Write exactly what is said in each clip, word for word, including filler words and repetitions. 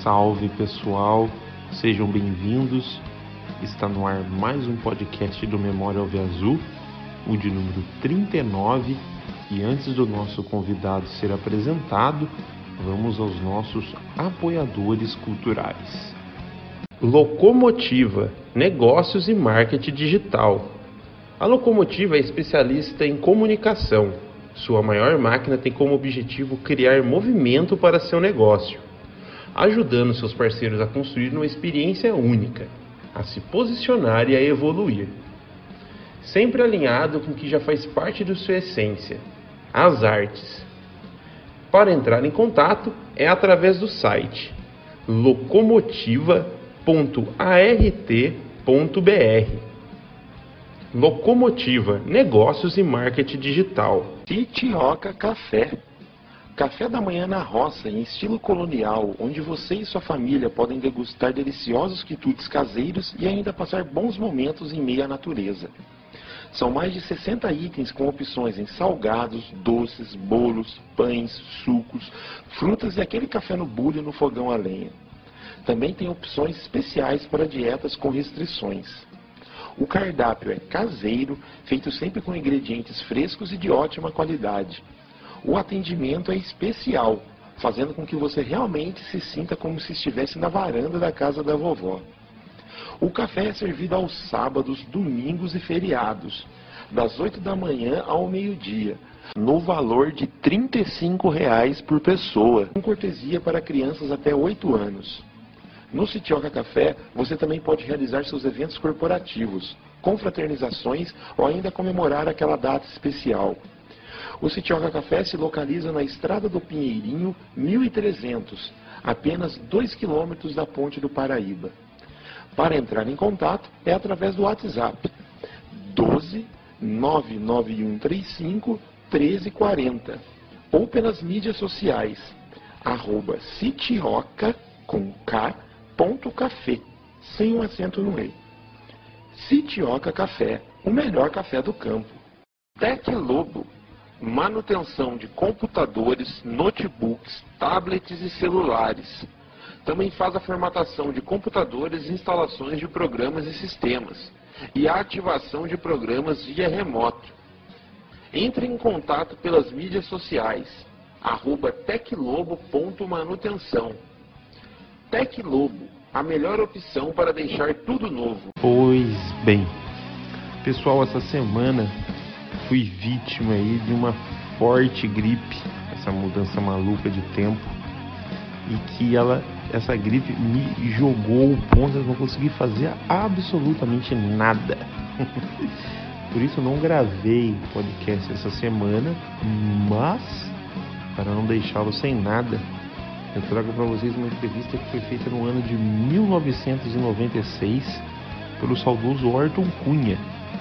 Salve pessoal, sejam bem-vindos. Está no ar mais um podcast do Memória Alviazul, o de número trinta e nove. E antes do nosso convidado ser apresentado, vamos aos nossos apoiadores culturais. Locomotiva, negócios e marketing digital. A Locomotiva é especialista em comunicação. Sua maior máquina tem como objetivo criar movimento para seu negócio, ajudando seus parceiros a construir uma experiência única, a se posicionar e a evoluir. Sempre alinhado com o que já faz parte de sua essência, as artes. Para entrar em contato é através do site locomotiva ponto art ponto br. Locomotiva, negócios e marketing digital. Titioca Café. Café da manhã na roça, em estilo colonial, onde você e sua família podem degustar deliciosos quitutes caseiros e ainda passar bons momentos em meio à natureza. São mais de sessenta itens com opções em salgados, doces, bolos, pães, sucos, frutas e aquele café no bule no fogão a lenha. Também tem opções especiais para dietas com restrições. O cardápio é caseiro, feito sempre com ingredientes frescos e de ótima qualidade. O atendimento é especial, fazendo com que você realmente se sinta como se estivesse na varanda da casa da vovó. O café é servido aos sábados, domingos e feriados, das oito da manhã ao meio-dia, no valor de trinta e cinco reais por pessoa, com cortesia para crianças até oito anos. No Titioca Café, você também pode realizar seus eventos corporativos, confraternizações ou ainda comemorar aquela data especial. O Titioca Café se localiza na Estrada do Pinheirinho, mil e trezentos, apenas dois quilômetros da Ponte do Paraíba. Para entrar em contato é através do WhatsApp doze, nove nove um três cinco, treze quarenta ou pelas mídias sociais, arroba Titioca com K, ponto café, sem um acento no E. Titioca Café, o melhor café do campo. Tec Lobo, manutenção de computadores, notebooks, tablets e celulares. Também faz a formatação de computadores e instalações de programas e sistemas, e a ativação de programas via remoto. Entre em contato pelas mídias sociais, arroba teclobo ponto manutenção. Tec Lobo, a melhor opção para deixar tudo novo. Pois bem, pessoal, essa semana fui vítima aí de uma forte gripe, essa mudança maluca de tempo, e que ela, essa gripe me jogou ao ponto de eu não conseguir fazer absolutamente nada. Por isso eu não gravei podcast essa semana, mas para não deixá-lo sem nada, eu trago para vocês uma entrevista que foi feita no ano de mil novecentos e noventa e seis pelo saudoso Ayrton Cunha.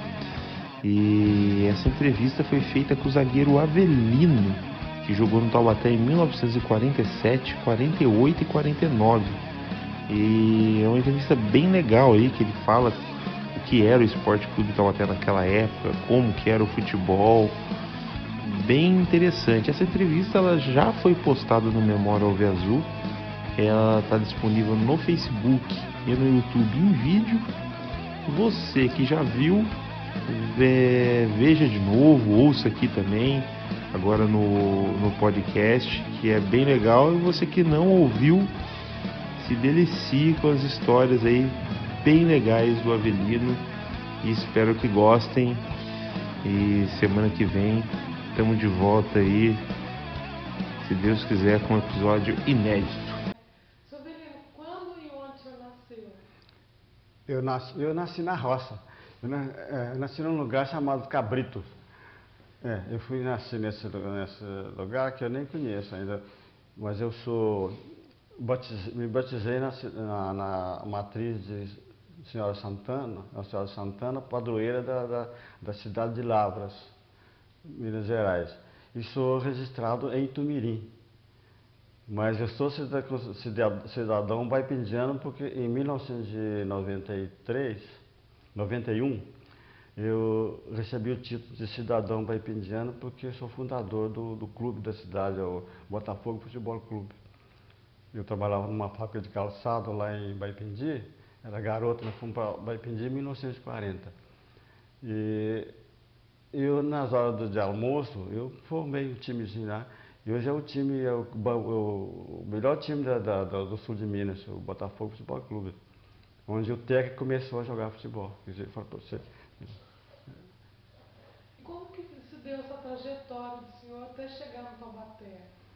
E essa entrevista foi feita com o zagueiro Avelino, que jogou no Taubaté em mil novecentos e quarenta e sete, quarenta e oito e quarenta e nove. E é uma entrevista bem legal aí, que ele fala o que era o Esporte Clube Taubaté naquela época, como que era o futebol. Bem interessante. Essa entrevista ela já foi postada no Memória Alviazul. Ela está disponível no Facebook e no YouTube em vídeo. Você que já viu, veja de novo, ouça aqui também, agora no, no podcast, que é bem legal. E você que não ouviu, se delicie com as histórias aí bem legais do Avelino. E espero que gostem. E semana que vem estamos de volta aí, se Deus quiser, com um episódio inédito. Seu Avelino, quando e onde você nasceu? Eu nasci, eu nasci na roça. Eu, na, é, eu nasci num lugar chamado Cabritos. É, eu fui nascer nesse, nesse lugar que eu nem conheço ainda, mas eu sou batiz, me batizei na, na, na matriz de Senhora Santana, a Senhora Santana, padroeira da, da, da cidade de Lavras, Minas Gerais. E sou registrado em Tumirim. Mas eu sou cidadão baipindiano porque em mil novecentos e noventa e três, noventa e um, eu recebi o título de cidadão baipindiano porque sou fundador do, do clube da cidade, o Botafogo Futebol Clube. Eu trabalhava numa fábrica de calçado lá em Baipendi, era garoto, nós fomos para Baipendi em mil novecentos e quarenta. E eu, nas horas do, de almoço, eu formei um timezinho lá. E hoje é o time, é o, o, o melhor time da, da, do sul de Minas, o Botafogo Futebol Clube, onde o técnico começou a jogar futebol. Quer dizer, fala para você. E como que se deu essa trajetória do senhor até chegar no Taubaté?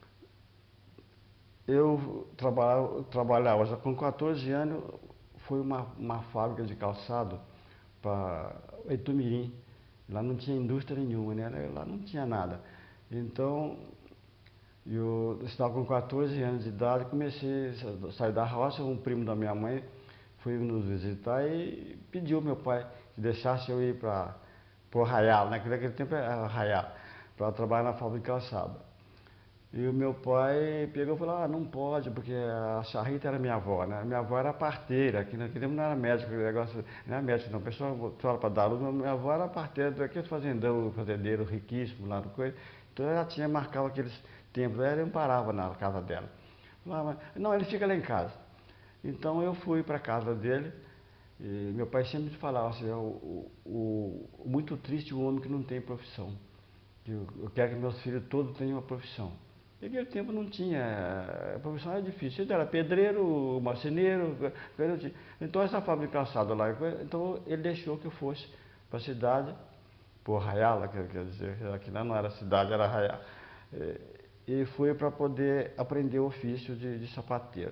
Eu trabalhava, trabalhava já com quatorze anos, foi uma, uma fábrica de calçado para Itumirim. Lá não tinha indústria nenhuma, né? Lá não tinha nada. Então, eu estava com quatorze anos de idade, comecei a sair da roça, um primo da minha mãe foi nos visitar e pediu ao meu pai que deixasse eu ir para o Arraial, naquele, naquele tempo era Arraial, para trabalhar na fábrica de calçado. E o meu pai pegou e falou, ah, não pode, porque a Charrita era minha avó, né? Minha avó era parteira, que naquele tempo não era médico, o negócio não era médico não, a pessoa fala para dar luz, minha avó era parteira, daqueles fazendão, fazendeiro riquíssimo lá no coisa, então ela tinha marcado aqueles tempos, ela não parava na casa dela. Falava, não, ele fica lá em casa. Então eu fui para a casa dele, e meu pai sempre falava assim, o, o, o, muito triste o homem que não tem profissão. Eu, eu quero que meus filhos todos tenham uma profissão. Naquele tempo não tinha, a profissão era difícil, ele era pedreiro, marceneiro, então essa fábrica de calçado lá, então ele deixou que eu fosse para a cidade, para o Arraial, quer dizer, aqui lá não era cidade, era Arraial, e fui para poder aprender o ofício de, de sapateiro.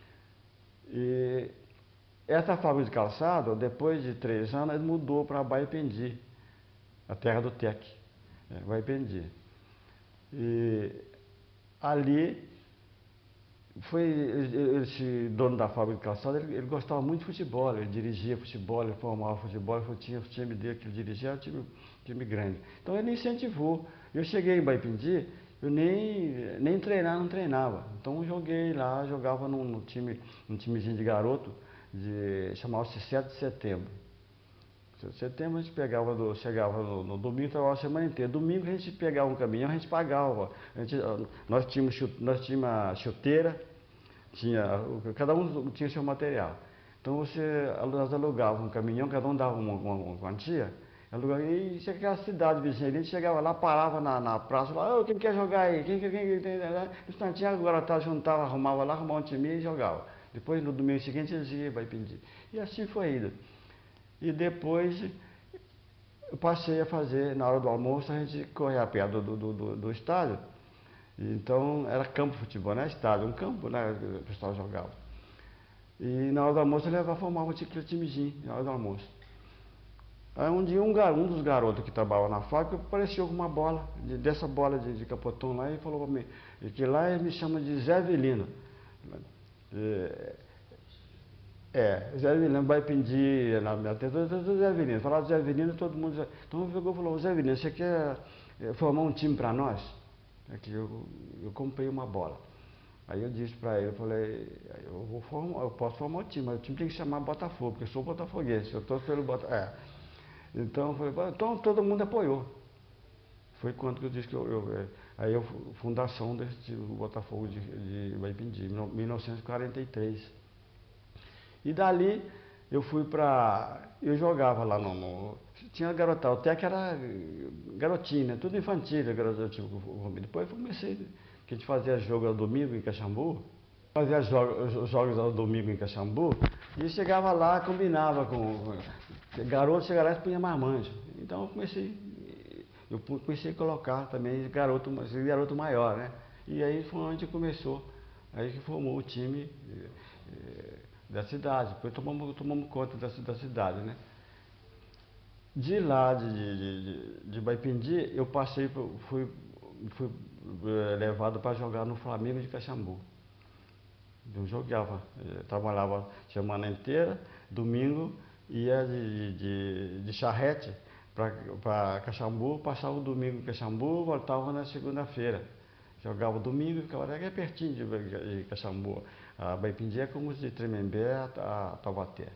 E essa fábrica de calçado, depois de três anos, mudou para Baipendi, a terra do Tec, é, Baipendi. E ali, foi esse dono da fábrica de calçado, ele, ele gostava muito de futebol, ele dirigia futebol, ele formava futebol, ele tinha o time dele que ele dirigia, era um time, time grande. Então ele incentivou. Eu cheguei em Baipendi, eu nem, nem treinar, não treinava. Então eu joguei lá, jogava num, num, time, num timezinho de garoto, de, chamava-se sete de setembro. Setembro a gente pegava, do, chegava no, no domingo, trabalhava a semana inteira. Domingo a gente pegava um caminhão, a gente pagava. A gente, nós tínhamos, nós tínhamos a chuteira, tinha, cada um tinha seu material. Então você, nós alugávamos um caminhão, cada um dava uma, uma, uma quantia, alugava, e chegava a cidade vizinha, a gente chegava lá, parava na, na praça, falava, oh, quem quer jogar aí? Quem quer, quem quer? Instantinho, agora tá, juntava, arrumava lá, arrumava um time e jogava. Depois no domingo seguinte eles iam para Baipendi. E assim foi indo. E depois eu passei a fazer, na hora do almoço, a gente corria perto do, do, do, do estádio. Então era campo de futebol, não é estádio, um campo, né, que o pessoal jogava. E na hora do almoço eu levava, formava um timezinho, na hora do almoço. Aí um dia um, um dos garotos que trabalhava na fábrica apareceu com uma bola, de, dessa bola de, de capotão lá, e falou para mim, que lá ele me chama de Zé Avelino. É, É, Zé Avelino, Baipendi, na minha terra, Zé Avelino, falava de Zé Avelino, todo mundo... Então ele pegou e falou, Zé Avelino, você quer formar um time para nós? Aqui eu, eu comprei uma bola. Aí eu disse para ele, eu falei, eu, vou formar, eu posso formar um time, mas o time tem que chamar Botafogo, porque eu sou botafoguense, eu estou pelo Botafogo. É. Então eu falei, então todo mundo apoiou. Foi quando que eu disse que eu... eu aí eu, fundação desse Botafogo de, de Baipendi, mil novecentos e quarenta e três. E dali eu fui para... Eu jogava lá no... no tinha garotada, até que era garotinha, né? Tudo infantil, garotinho. Depois eu comecei, que a gente fazia jogo ao domingo em Caxambu, fazia jogos, jogos ao domingo em Caxambu, e chegava lá, combinava com... Garoto chegava lá e punha marmanjo. Então eu comecei... Eu comecei a colocar também garoto, garoto maior, né? E aí foi onde começou, aí que formou o time... da cidade, depois tomamos, tomamos conta da, da cidade, né? De lá, de, de, de, de Baipendi, eu passei, fui, fui levado para jogar no Flamengo de Caxambu. Eu jogava, eu trabalhava semana inteira, domingo ia de, de, de charrete para Caxambu, passava o domingo em Caxambu, voltava na segunda-feira. Jogava domingo, ficava até pertinho de, de Caxambu. A Baipendi é como de Tremembé a Taubaté.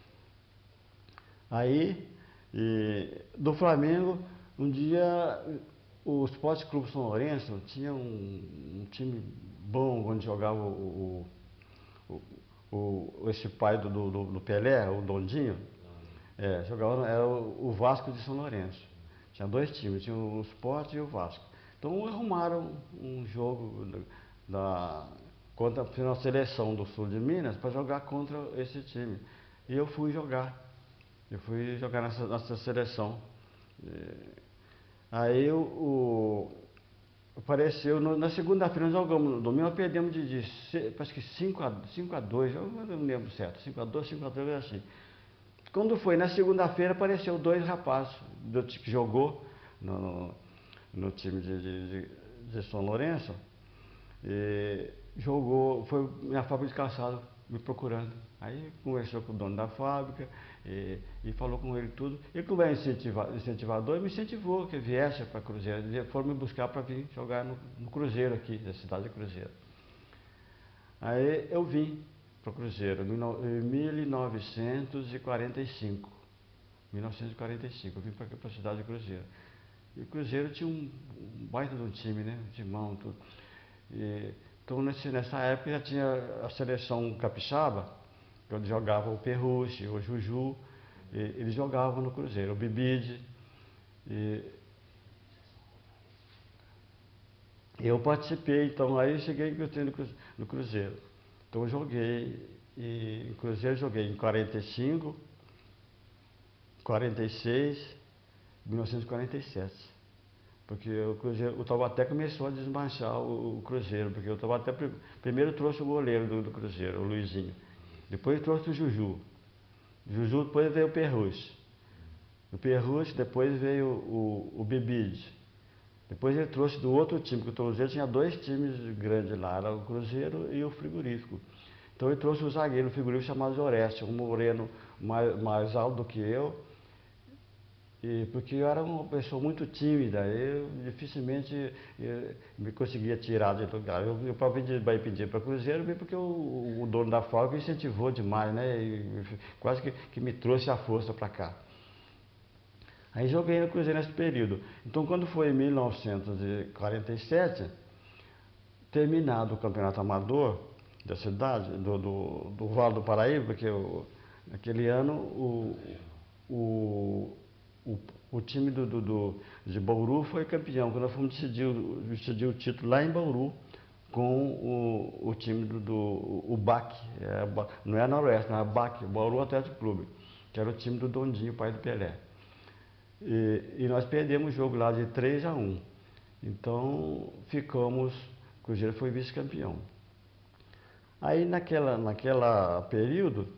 Aí, e, do Flamengo, um dia o Esporte Clube São Lourenço tinha um, um time bom, onde jogava o, o, esse pai do, do, do Pelé, o Dondinho, é, jogava, era o, o Vasco de São Lourenço. Tinha dois times, tinha o Sport e o Vasco. Então arrumaram um jogo da, contra a seleção do sul de Minas para jogar contra esse time. E eu fui jogar. Eu fui jogar nessa, nessa seleção. Aí o, o apareceu, no, na segunda-feira nós jogamos, no domingo nós perdemos de, de acho que cinco a dois, eu não lembro certo, cinco a dois, cinco a dois, assim. Quando foi na segunda-feira apareceu dois rapazes do, que jogou no, no, no time de, de, de São Lourenço, e jogou, foi minha fábrica de calçado me procurando. Aí conversou com o dono da fábrica e, e falou com ele tudo. Ele, como é incentiva, incentivador, me incentivou que eu viesse para Cruzeiro. Eles foram me buscar para vir jogar no, no Cruzeiro aqui, da cidade de Cruzeiro. Aí eu vim para o Cruzeiro em mil novecentos e quarenta e cinco. mil novecentos e quarenta e cinco, eu vim para a cidade de Cruzeiro. E o Cruzeiro tinha um, um baita de um time, né? Um timão, tudo. E, então nesse, nessa época já tinha a seleção capixaba, onde jogava o Perruche, o Juju, e eles jogavam no Cruzeiro, o Bibide. E eu participei, então aí eu cheguei no Cruzeiro. Então eu joguei, e em Cruzeiro eu joguei em quarenta e cinco, quarenta e seis, mil novecentos e quarenta e sete. Porque o, Cruzeiro, o Taubaté começou a desmanchar o, o Cruzeiro, porque o Taubaté primeiro trouxe o goleiro do, do Cruzeiro, o Luizinho. Depois trouxe o Juju. O Juju depois veio o Perruche. O Perruche depois veio o, o Bibide. Depois ele trouxe do outro time, porque o Cruzeiro tinha dois times grandes lá, era o Cruzeiro e o Frigorífico. Então ele trouxe o zagueiro, o frigorífico chamado Oreste, um moreno mais, mais alto do que eu. E porque eu era uma pessoa muito tímida, eu dificilmente eu me conseguia tirar de lugar. Eu, eu para pedir, pedir para Cruzeiro, porque o, o dono da fábrica me incentivou demais, né? E quase que, que me trouxe a força para cá. Aí joguei no Cruzeiro nesse período. Então quando foi em mil novecentos e quarenta e sete, terminado o campeonato amador da cidade, do, do, do Vale do Paraíba, porque eu, naquele ano o, o O, o time do, do, do, de Bauru foi campeão, quando nós fomos decidir, decidir o título lá em Bauru com o, o time do, do o B A C, é, não é a Noroeste, não é a B A C, Bauru Atlético Clube, que era o time do Dondinho, pai do Pelé. E, e nós perdemos o jogo lá de três a um. Então ficamos, o Cruzeiro foi vice-campeão. Aí naquela, naquela período,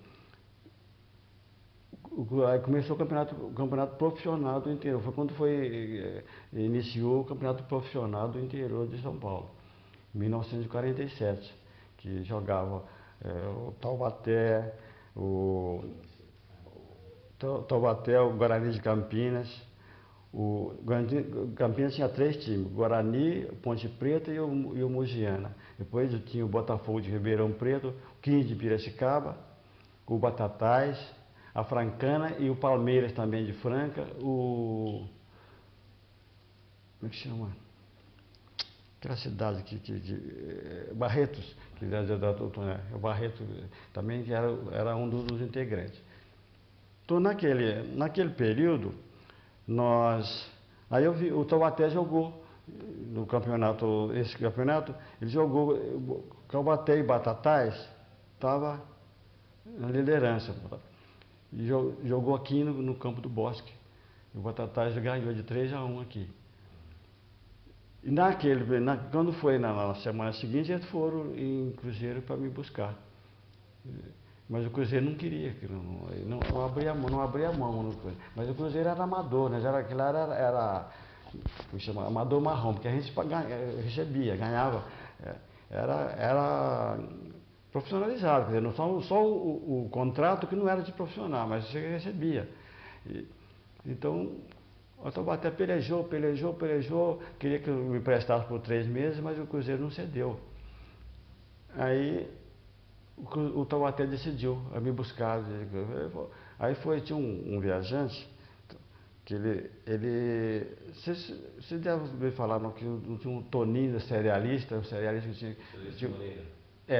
aí começou o campeonato, o campeonato profissional do interior. Foi quando foi, iniciou o campeonato profissional do interior de São Paulo, em mil novecentos e quarenta e sete, que jogava é, o Taubaté, o Taubaté, o Guarani de Campinas. O Guarani, Campinas tinha três times, Guarani, Ponte Preta e o, e o Mogiana. Depois tinha o Botafogo de Ribeirão Preto, o quinze de Piracicaba, o Batatais, a Francana e o Palmeiras também de Franca, o... como é que chama? Aquela cidade que... que de, Barretos, que da, da, da, o Barreto também que era, era um dos, dos integrantes. Então naquele, naquele período, nós... Aí eu vi, o Taubaté jogou no campeonato, esse campeonato, ele jogou, Taubaté e Batatais, estava na liderança. E jogou aqui no, no campo do Bosque. O Batatais ganhou de três a um aqui. E naquele, na, quando foi na, na semana seguinte, eles foram em Cruzeiro para me buscar. Mas o Cruzeiro não queria, não, não, não abria a mão, não abria a mão no Cruzeiro. Mas o Cruzeiro era amador, né? Era, aquilo era, era chama, amador marrom, porque a gente recebia, ganhava. Era, era profissionalizado, quer dizer, não só, só o, o contrato que não era de profissional, mas você recebia. E, então, o Taubaté pelejou, pelejou, pelejou, queria que eu me prestasse por três meses, mas o Cruzeiro não cedeu. Aí o, o Taubaté decidiu a me buscar. Aí foi, tinha um, um viajante, que ele, ele você, você deve me falar, não, que tinha um Toninho cerealista, um cerealista que tinha... tinha é.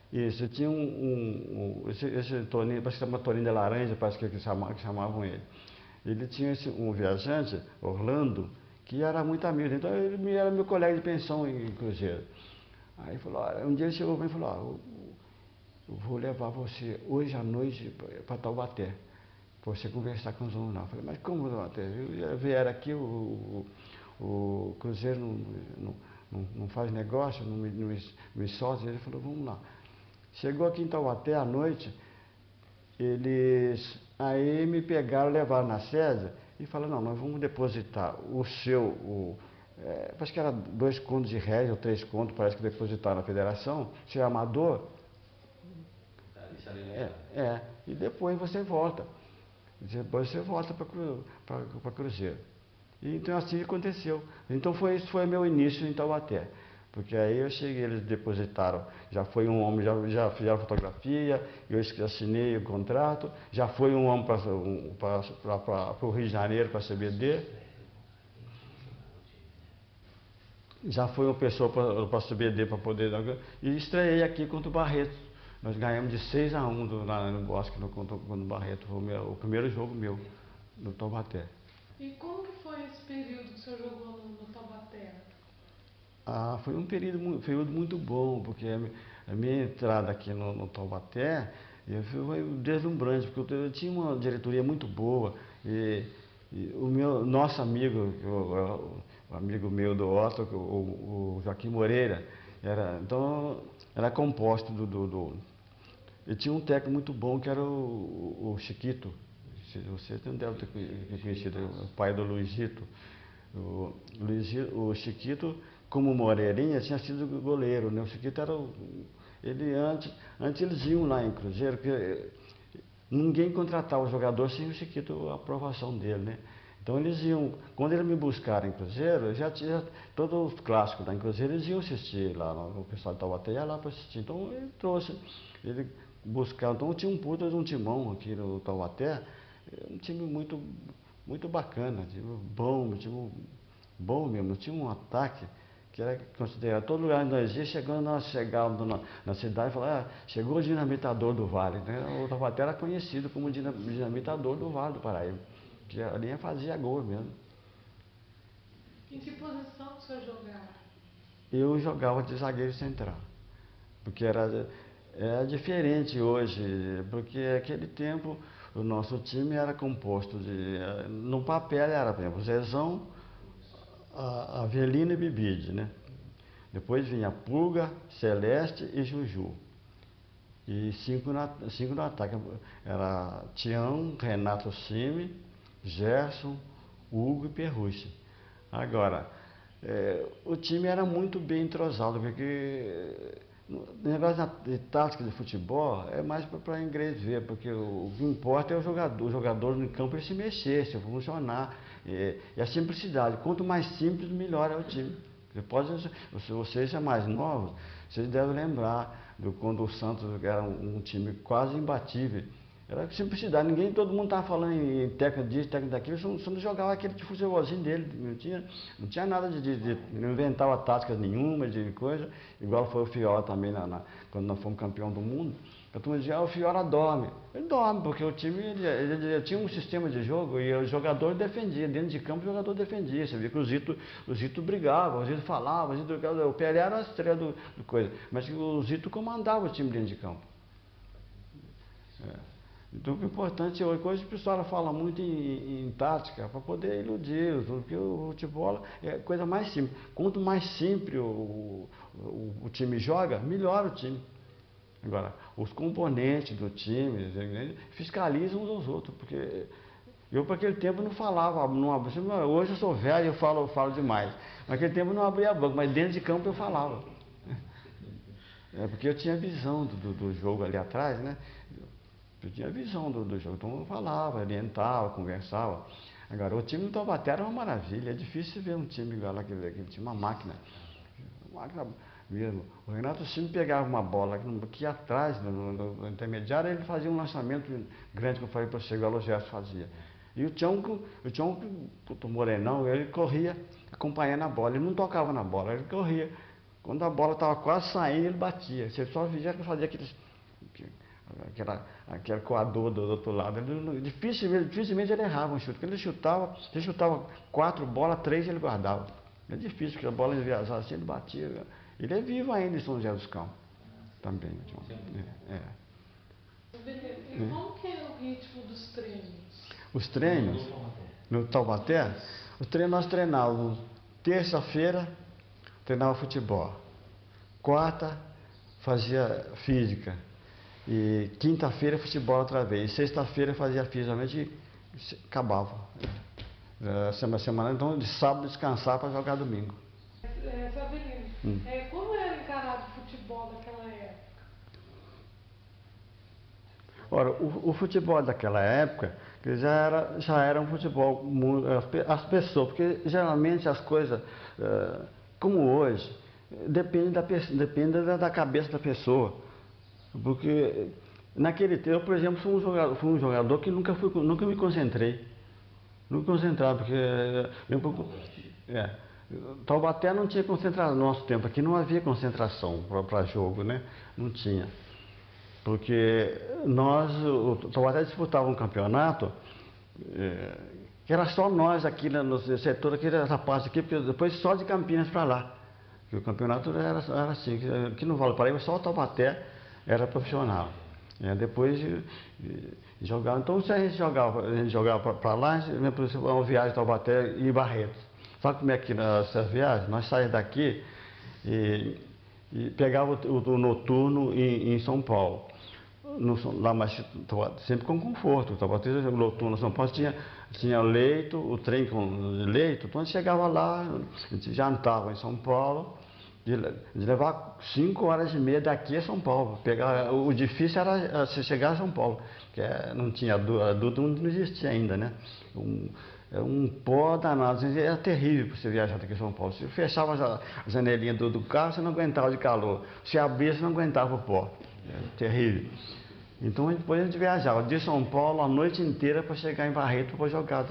Isso, tinha um, um, um esse, esse Toninho, parece que chama Toninho de Laranja, parece que, que, chamavam, que chamavam ele. Ele tinha esse, um viajante, Orlando, que era muito amigo, então ele era meu colega de pensão em Cruzeiro. Aí falou, olha, um dia ele chegou para mim e falou, ó, eu vou levar você hoje à noite para Taubaté, para você conversar com os homens lá. Eu falei, mas como Taubaté? Vieram aqui, o, o, o Cruzeiro não, não, não, não faz negócio, não me, não me, me solta. Ele falou, vamos lá. Chegou aqui em Taubaté à noite, eles aí me pegaram, levaram na sede e falaram, não, nós vamos depositar o seu, o, é, acho que era dois contos de réis ou três contos, parece que depositaram na federação, se é amador, é, é, e depois você volta, depois você volta para Cruzeiro. E, então assim aconteceu. Então foi, isso foi meu início em Taubaté. Porque aí eu cheguei, eles depositaram, já foi um homem, já, já fizeram fotografia, eu assinei o contrato, já foi um homem para um, o Rio de Janeiro, para a C B D, já foi uma pessoa para a C B D para poder... E estreiei aqui contra o Barreto. Nós ganhamos de seis a um do, lá no Bosque, no, contra o Barreto. Foi o, meu, o primeiro jogo meu, no Taubaté. E como que foi esse período que o senhor jogou no, no Taubaté? Ah, foi um período, um período muito bom, porque a minha, a minha entrada aqui no, no Taubaté foi deslumbrante, porque eu, eu tinha uma diretoria muito boa, e, e o meu, nosso amigo, o, o amigo meu do Otto, o, o Joaquim Moreira, era, então, era composto do, do, do... E tinha um técnico muito bom, que era o, o Chiquito, você não deve ter conhecido, o pai do Luizito. O, Luizito, o Chiquito, como Moreirinha, tinha sido goleiro, né? O Chiquito era o, ele antes, antes eles iam lá em Cruzeiro, porque ninguém contratava o jogador sem o Chiquito, a aprovação dele, né? Então eles iam, quando eles me buscaram em Cruzeiro, já tinha todos os clássicos lá em Cruzeiro, eles iam assistir lá, o pessoal de Taubaté ia lá para assistir. Então ele trouxe, ele buscava, então tinha um puta de um timão aqui no Taubaté, um time muito, muito bacana, um time bom, um time bom mesmo, tinha um ataque que era considerado, todo lugar onde nós ia, chegando, nós chegávamos na, na cidade e falávamos, ah, chegou o dinamitador do Vale, né? O Taubaté era conhecido como dinamitador do Vale do Paraíba, que a linha fazia gol mesmo. Em que posição que o senhor jogava? Eu jogava de zagueiro central, porque era, era diferente hoje, porque naquele tempo o nosso time era composto de, no papel era, por exemplo, Zezão, a Avelino e Bibide, né? Depois vinha Pulga, Celeste e Juju. E cinco, na, cinco no ataque. Era Tião, Renato Cime, Gerson, Hugo e Perrucci. Agora, é, o time era muito bem entrosado, porque o negócio de tática de futebol é mais para inglês ver, porque o, o que importa é o jogador, o jogador no campo ele se mexer, se funcionar. E, e a simplicidade, quanto mais simples, melhor é o time. Você pode, se vocês são mais novos, vocês devem lembrar do quando o Santos era um, um time quase imbatível. Era simplicidade, ninguém, todo mundo estava falando em técnica disso, técnica daquilo, só, só não jogava aquele tipo de futebolzinho dele, não tinha, não tinha nada de, de, de, não inventava tática nenhuma, de coisa, igual foi o Fiola também, na, na, quando nós fomos campeão do mundo. A turma dizia, ah, o Fiola dorme. Ele dorme, porque o time ele, ele, ele tinha um sistema de jogo e o jogador defendia, dentro de campo o jogador defendia. Você via que o Zito, o Zito brigava, o Zito falava, o, Zito, o Pelé era a estrela do, do coisa, mas o Zito comandava o time dentro de campo. É. Então o importante é, hoje o pessoal fala muito em, em tática para poder iludir, porque o futebol é a coisa mais simples. Quanto mais simples o, o, o time joga, melhor o time. Agora, os componentes do time fiscalizam uns aos outros, porque eu para aquele tempo não falava, não abria, hoje eu sou velho e eu falo, eu falo demais, mas naquele tempo eu não abria a boca, mas dentro de campo eu falava. É porque eu tinha visão do, do, do jogo ali atrás, né? Eu tinha visão do, do jogo, então eu falava, orientava, conversava. Agora, o time do Taubaté era uma maravilha, é difícil ver um time igual aquele, aquele time, uma máquina, uma máquina mesmo. O Renato Cime pegava uma bola aqui atrás, no, no, no intermediário, ele fazia um lançamento grande, que eu falei para você, igual o Gerson fazia. E o Tião, o Tião, o Morenão, ele corria acompanhando a bola, ele não tocava na bola, ele corria Quando a bola estava quase saindo, ele batia. Você só via que fazia aqueles, aquela, aquele coador do outro lado. Ele, dificilmente, dificilmente ele errava um chute. Quando ele chutava, ele chutava quatro bolas, três ele guardava. É difícil, porque a bola viajava assim, ele batia. Ele é vivo ainda em São José dos Campos. Também. É, é. E como que é o ritmo dos treinos? Os treinos, no Taubaté, os treinos nós treinávamos terça-feira, treinava futebol. Quarta, fazia física. E quinta-feira, futebol outra vez. E sexta-feira, fazia física e acabava. Semana, semana, então de sábado descansar para jogar domingo. É, Sabrina, hum. é, como era encarado o futebol daquela época? Ora, o, o futebol daquela época já era, já era um futebol, as pessoas, porque geralmente as coisas, como hoje, depende da, depende da cabeça da pessoa. Porque naquele tempo, eu, por exemplo, fui um jogador, fui um jogador que nunca, fui, nunca me concentrei. Nunca concentrado, porque eu, é, Taubaté não tinha concentração no nosso tempo, aqui não havia concentração para jogo, né? Não tinha. Porque nós, o Taubaté disputava um campeonato, é, que era só nós aqui no setor, aqui nessa parte aqui, porque depois só de Campinas para lá. Porque o campeonato era, era assim, aqui no Vale do Paraíba só o Taubaté era profissional. É, depois jogava, então se a gente jogava, a gente jogava para lá, por exemplo, uma viagem de Taubaté e Barretos. Sabe como é que nessas viagens? Nós saímos daqui e, e pegava o, o, o noturno em, em São Paulo. No, lá mais, sempre com conforto. Taubaté, o noturno em São Paulo tinha, tinha leito, o trem com leito, então a gente chegava lá, a gente jantava em São Paulo. De, de levar cinco horas e meia daqui a São Paulo. Pegar, o difícil era se chegar a São Paulo, que é, não tinha adulto, não existia ainda, né? Um, é um pó danado, era terrível para você viajar daqui a São Paulo. Você fechava a janelinha do, do carro, você não aguentava de calor. Se abria, você não aguentava o pó. Era terrível. Então depois a gente viajava de São Paulo a noite inteira para chegar em Barreto para jogar.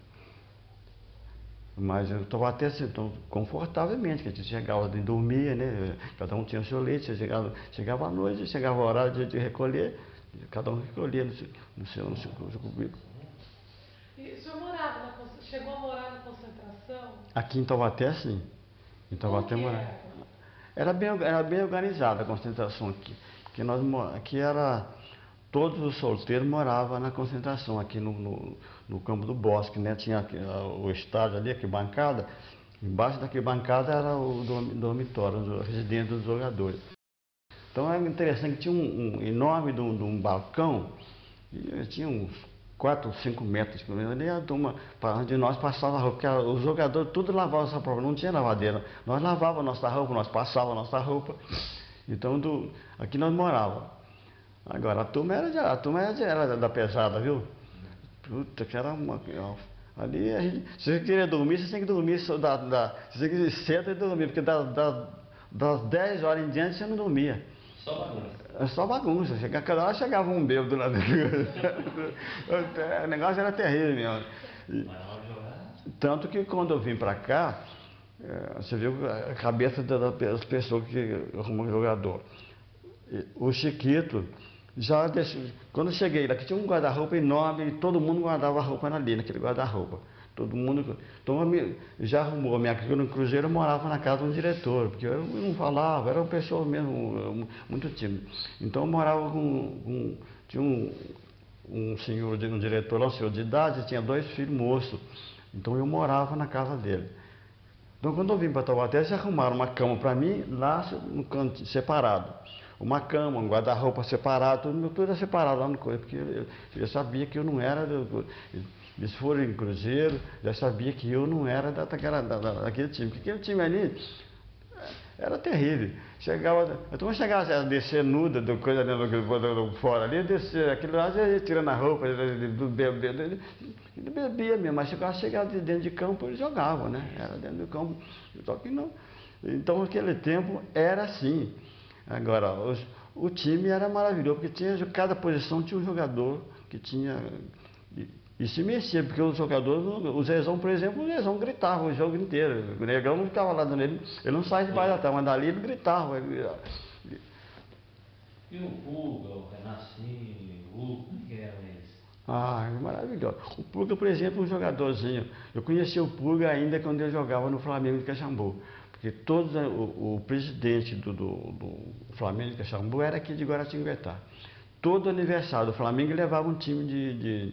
Mas eu estava até assim, confortavelmente, que a gente chegava e dormia, né? Cada um tinha o seu leite, chegava, chegava à noite, chegava o horário de, de recolher, cada um recolhia no seu, no seu, no seu, no seu cubículo. E o senhor morava na, chegou a morar na concentração? Aqui em Taubaté, sim. Em Taubaté morava. Era bem, era bem organizada a concentração aqui. Porque nós, aqui era, todos os solteiros moravam na concentração, aqui no, no, no campo do Bosque, né? Tinha aqui, o estádio ali, aqui bancada, embaixo daquela bancada era o dormitório, a residência dos jogadores. Então era interessante que tinha um, um enorme de um, de um balcão, e tinha uns quatro, cinco metros, ali a turma, onde nós passávamos a roupa, porque os jogadores tudo lavavam essa roupa, não tinha lavadeira, nós lavávamos a nossa roupa, nós passávamos a nossa roupa, então do, aqui nós morávamos. Agora, a turma era, de, a turma era, de, era da pesada, viu? Puta, que era uma... Ali, a gente, se você queria dormir, você tem que dormir, da, da, você tem que ir cedo e dormir, porque da, da, das dez horas em diante você não dormia. Só bagunça. É só bagunça. Chegava, cada hora chegava um bêbado lá dentro. O negócio era terrível mesmo. E, tanto que quando eu vim pra cá, você viu a cabeça das pessoas que arrumam jogador. O Chiquito, já deixou, quando eu cheguei lá, que tinha um guarda-roupa enorme e todo mundo guardava a roupa ali, naquele guarda-roupa. Todo mundo. Então, já arrumou a minha casa no Cruzeiro, eu morava na casa de um diretor, porque eu não falava, era uma pessoa mesmo muito tímida. Então, eu morava com. com tinha um, um senhor, um diretor lá, um senhor de idade, tinha dois filhos moços. Então, eu morava na casa dele. Então, quando eu vim para Taubaté, eles arrumaram uma cama para mim lá no canto, separado. Uma cama, um guarda-roupa separado, tudo, tudo era separado lá no coisa, porque eu, eu sabia que eu não era. Eu, eles foram em Cruzeiro, já sabia que eu não era daquela, da, daquele time. Porque aquele time ali era terrível. Chegava, então eu chegava a descer nuda, do coisa do, do, do fora ali, descer, aquele lá já ia tirando a roupa, do bebê, ele, ele bebia mesmo, mas chegava, chegava de dentro de campo, ele jogava, né? Era dentro do campo, só que não. Então aquele tempo era assim. Agora, os, o time era maravilhoso, porque tinha, cada posição tinha um jogador que tinha. E se mexia, porque os jogadores, o Zezão, por exemplo, o Zezão gritava o jogo inteiro. O Negão não ficava lá nele, ele não sai de baixo da terra, mas dali ele gritava. Ele... E o Pulga, o Renacinho, o Hugo, como que eram eles? Ah, maravilhoso. O Pulga, por exemplo, um jogadorzinho. Eu conheci o Pulga ainda quando ele jogava no Flamengo de Caxambu. Porque todo o, o presidente do, do, do Flamengo de Caxambu era aqui de Guaratinguetá. Todo aniversário do Flamengo levava um time de, de,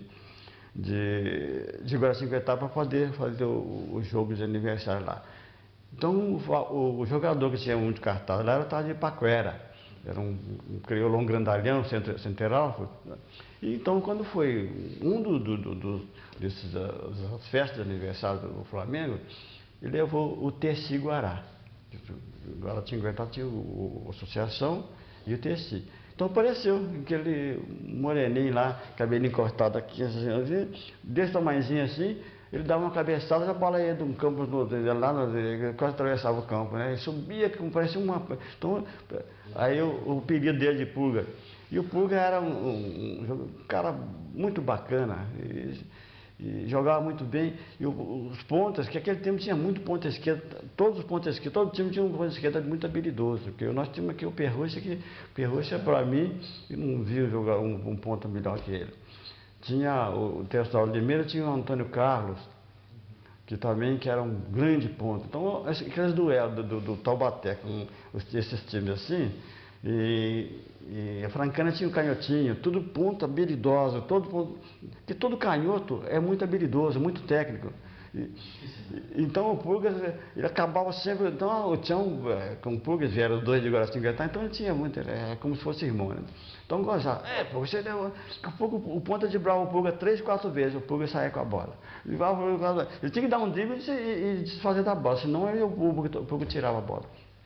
de, de Guaratinguetá para poder fazer o, o jogo de aniversário lá. Então o, o jogador que tinha muito cartaz lá era o tal de Paquera. Era um, um criolão grandalhão, central. E então, quando foi um do, do, do, do, desses, das festas de aniversário do Flamengo, ele levou o Teci Guará. Guaratinguetá tinha o, a associação e o Teci. Então apareceu aquele moreninho lá, cabelinho cortado aqui, assim, desse tamanhozinho assim. Ele dava uma cabeçada, a bola ia de um campo do outro, lá, quase atravessava o campo, né? E subia, parecia uma... Então, aí o, o pedido dele de Pulga. E o Pulga era um, um, um cara muito bacana, e, e jogava muito bem. E o, os pontas, que aquele tempo tinha muito ponta esquerda, todos os pontas esquerda, todo time tinha um ponta esquerda muito habilidoso. Porque nós tínhamos aqui o Perrucha, que Perrucha, para mim, eu não vi jogar um, um ponta melhor que ele. Tinha o Teodoro de Limeira, tinha o Antônio Carlos, que também que era um grande ponto. Então, aqueles duelos do, do, do Taubaté com esses times assim, e, e a Francana tinha o Canhotinho, tudo ponto habilidoso, todo ponto, que todo canhoto é muito habilidoso, muito técnico. E, então o Pulga, ele acabava sempre, então o Tião, com o Pulga vieram os dois de Guaratinguetá, então ele tinha muito, é como se fosse irmão, né? Então gozava, é, pô, você deu, daqui a pouco o ponta de bravo o Pulga três, quatro vezes, o Pulga saía com a bola. Ele tinha que dar um drible e desfazer da bola, senão ele, o, Pulga, o Pulga tirava a bola.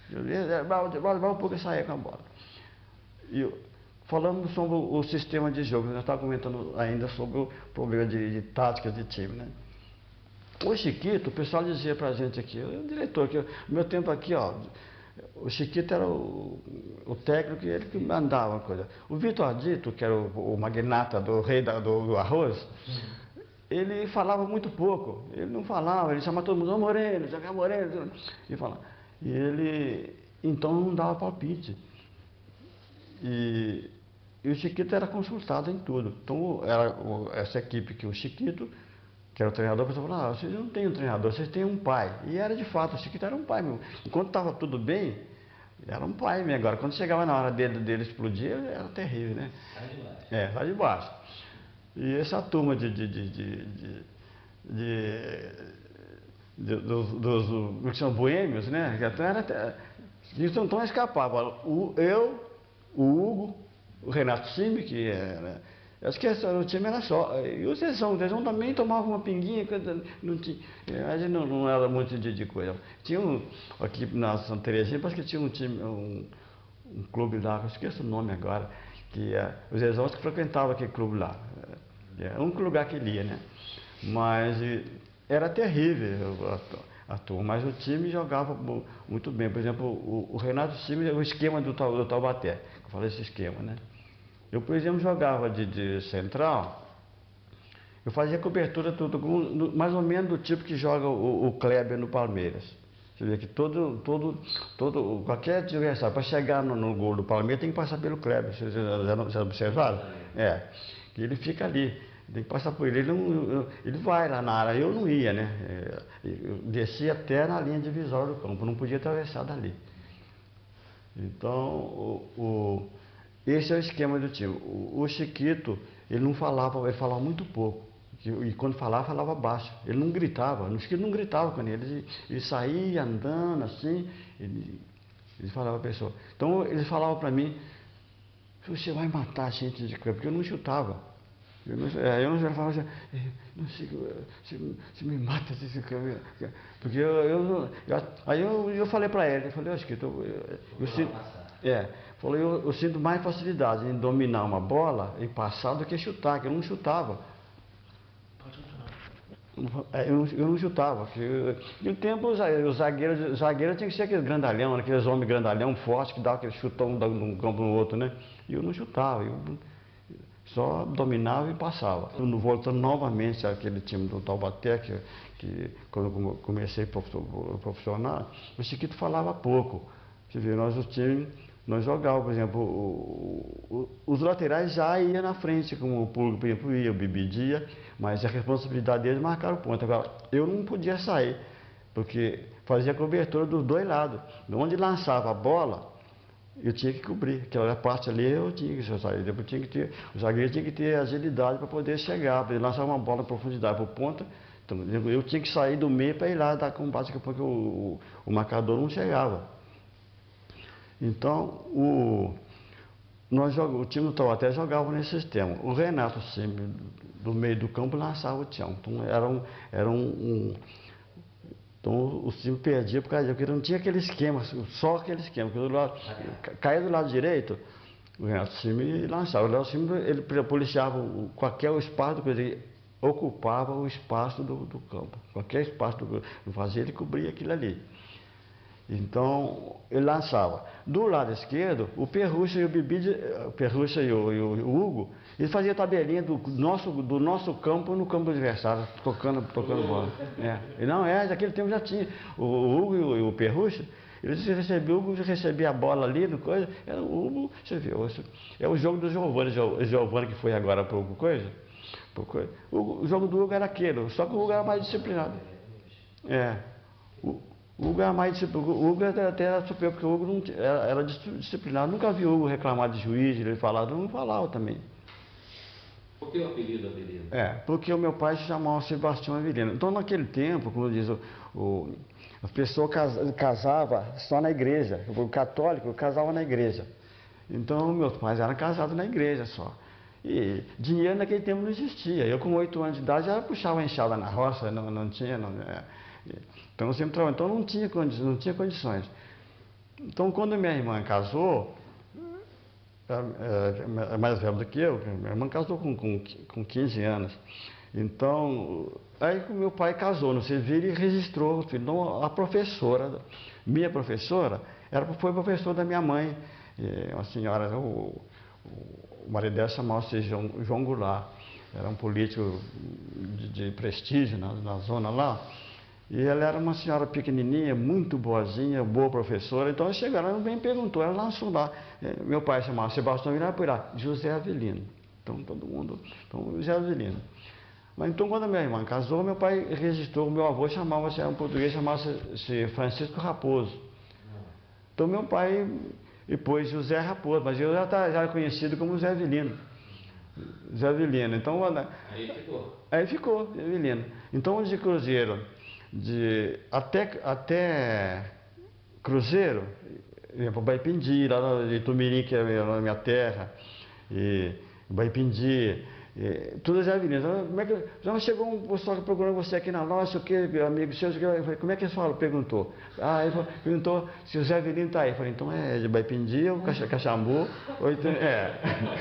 O Pulga saía com a bola. E falando sobre o, o sistema de jogo, nós estávamos comentando ainda sobre o problema de, de tática de time, né? O Chiquito, o pessoal dizia pra gente aqui, o diretor, que no meu tempo aqui, ó, o Chiquito era o, o técnico e ele que mandava a coisa. O Vitor Adito, que era o, o magnata do rei da, do, do arroz, ele falava muito pouco. Ele não falava, ele chamava todo mundo, ô Moreno, joga Moreno, e falava. E ele, então, não dava palpite. E, e o Chiquito era consultado em tudo. Então, era essa equipe que o Chiquito, que era o treinador, a pessoa falou, ah, vocês não têm um treinador, vocês têm um pai. E era de fato, o Chiquito era um pai mesmo. Enquanto estava tudo bem, era um pai mesmo. Agora, quando chegava na hora dele, dele explodir, era terrível, né? Sai de baixo. É, sai de baixo. E essa turma de... de, de, de, de, de, de dos, dos que são boêmios, né? Então, era, então, então escapava. O, eu, o Hugo, o Renato Simi, que era... Acho que o time era só. E o Zezão, o Zezão também tomava uma pinguinha, não tinha, a gente não, não era muito de, de coisa. Tinha um, aqui na Santa Terezinha, parece que tinha um time, um, um clube lá, eu esqueço o nome agora, que é, o Zezão que frequentava aquele clube lá. É o único lugar que ele ia, né? Mas era terrível a, a turma, mas o time jogava muito bem. Por exemplo, o, o Renato Simi, o esquema do, do Taubaté, eu falei esse esquema, né? Eu, por exemplo, jogava de, de central, eu fazia cobertura tudo, mais ou menos do tipo que joga o, o Kleber no Palmeiras. Você vê que todo, todo, todo, qualquer adversário, para chegar no, no gol do Palmeiras, tem que passar pelo Kleber. Vocês já, já observaram? É, que ele fica ali, tem que passar por ele. Ele, não, ele vai lá na área, eu não ia, né? Eu descia até na linha divisória do campo, não podia atravessar dali. Então, o... o esse é o esquema do time. O, o Chiquito, ele não falava, ele falava muito pouco. E quando falava, falava baixo. Ele não gritava, o Chiquito não gritava com ele. Ele, ele saía andando assim, ele, ele falava para a pessoa. Então ele falava para mim, você vai matar a gente de campo, porque eu não chutava. Eu não, eu não falava assim, não sei, você, você me mata desse campo. Porque eu, eu, eu, aí eu, eu falei para ele, eu falei, acho que eu, eu, eu, eu, é, falei, eu, eu sinto mais facilidade em dominar uma bola, em passar, do que chutar, que eu não chutava. Eu não, eu não chutava. No tempo, os zagueiros, zagueiro tinha que ser aquele grandalhão, aqueles homens grandalhão, forte, que dava aquele chutão de um campo no outro, né? E eu não chutava. Eu, Só dominava e passava. Voltando novamente àquele time do Taubaté, que, que quando eu comecei profissional, o Chiquito falava pouco. Você vê, nós o time, nós jogávamos, por exemplo, o, o, os laterais já iam na frente, como o público, por exemplo, ia, o Bibidia, mas a responsabilidade deles marcar o ponto. Agora, eu não podia sair, porque fazia cobertura dos dois lados. Onde lançava a bola, eu tinha que cobrir. Aquela parte ali eu tinha que sair. Eu tinha que ter, o zagueiro tinha que ter agilidade para poder chegar, para ele lançar uma bola em profundidade para o ponta. Então, eu tinha que sair do meio para ir lá dar combate, porque o, o, o marcador não chegava. Então, o, nós jogamos, o time do Taubaté jogava nesse sistema. O Renato sempre, do meio do campo, lançava o chão. Então, era um... Era um, um Então o time perdia por causa disso, porque não tinha aquele esquema, só aquele esquema. Porque do lado, caía do lado direito, o Renato Cime lançava. O Léo Cime, ele policiava qualquer espaço, ele ocupava o espaço do, do campo. Qualquer espaço do campo, fazia, ele cobria aquilo ali. Então, ele lançava. Do lado esquerdo, o Perrucha e o Bibi, o Perrucha e o, e o Hugo, eles faziam tabelinha do nosso, do nosso campo no campo adversário, tocando, tocando bola. É. E não é, naquele tempo já tinha. O, o Hugo e o, e o Perrucha, eles recebiam, o Hugo recebia a bola ali, no coisa, era o Hugo, você viu, é o jogo do Giovanni, o Giovanni que foi agora para o coisa. Pro coisa. O, o jogo do Hugo era aquele, só que o Hugo era mais disciplinado. É. O, O Hugo era mais disciplinado, o Hugo até era superior, porque o Hugo não, era, era disciplinado. Nunca vi o Hugo reclamar de juiz, ele falava, não falava também. Por que o apelido Avelino? É, porque o meu pai se chamava Sebastião Avelino. Então, naquele tempo, como diz, o, o, a pessoa casa, casava só na igreja. O católico casava na igreja. Então, meus pais eram casados na igreja só. E dinheiro naquele tempo não existia. Eu, com oito anos de idade, já puxava enxada na roça, não, não tinha... Não, é, então, eu sempre trabalhava. Então, não tinha, não tinha condições. Então, quando minha irmã casou, é mais velha do que eu, minha irmã casou com, com, com quinze anos. Então, aí o meu pai casou no civil e registrou o filho. Então, a professora, minha professora, era, foi professora da minha mãe, uma senhora, o, o marido dela chamava-se João, João Goulart, era um político de, de prestígio na, na zona lá. E ela era uma senhora pequenininha, muito boazinha, boa professora. Então, ela chegou, ela me perguntou, ela lançou lá. Meu pai chamava Sebastião, virava por lá, José Avelino. Então, todo mundo, então, José Avelino. Mas, então, quando a minha irmã casou, meu pai registrou, o meu avô chamava-se, era um português, chamava-se Francisco Raposo. Então, meu pai, e pôs José Raposo, mas eu já, tá, já era conhecido como José Avelino. José Avelino. Então, aí ficou. Aí ficou, Avelino. Então, de Cruzeiro, de, até, até Cruzeiro, para Baipindi, lá de Tumirim, que é a minha terra, e Baipindi, e, todas as avenidas. Como é que, já chegou um pessoal que procurou você aqui na nossa, o que, amigo seu, eu falei, como é que eles falam? Perguntou. Ah, ele falou, perguntou se o Zé Avelino está aí. Eu falei, então é de Baipindi ou Caxambu, ou então, é.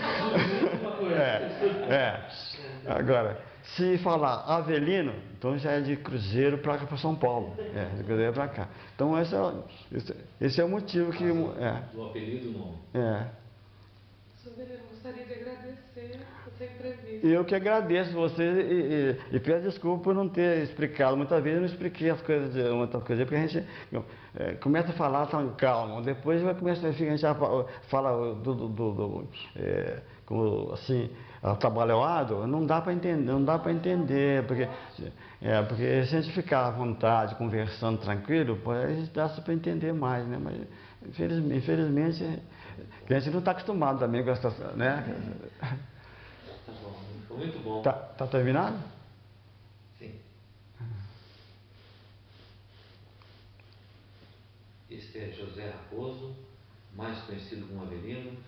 é, é. Agora, se falar Avelino, então já é de Cruzeiro para São Paulo. É, de Cruzeiro para cá. Então essa, esse, esse é o motivo que... É, do apelido não. É. Senhor Avelino, gostaria de agradecer por essa entrevista. Eu que agradeço você e, e, e peço desculpa por não ter explicado. Muitas vezes eu não expliquei as coisas, muitas coisas, porque a gente é, começa a falar tão calmo, depois vai começar, a gente já fala do, do, do, do é, como, assim, trabalhado, não dá para entender, não dá para entender, porque, é, porque se a gente ficar à vontade, conversando tranquilo, pode, a gente dá para entender mais, né? Mas infelizmente, infelizmente a gente não está acostumado também com essa, né? Tá bom, foi muito bom. Tá, tá terminado? Sim. Este é José Raposo, mais conhecido como Avelino.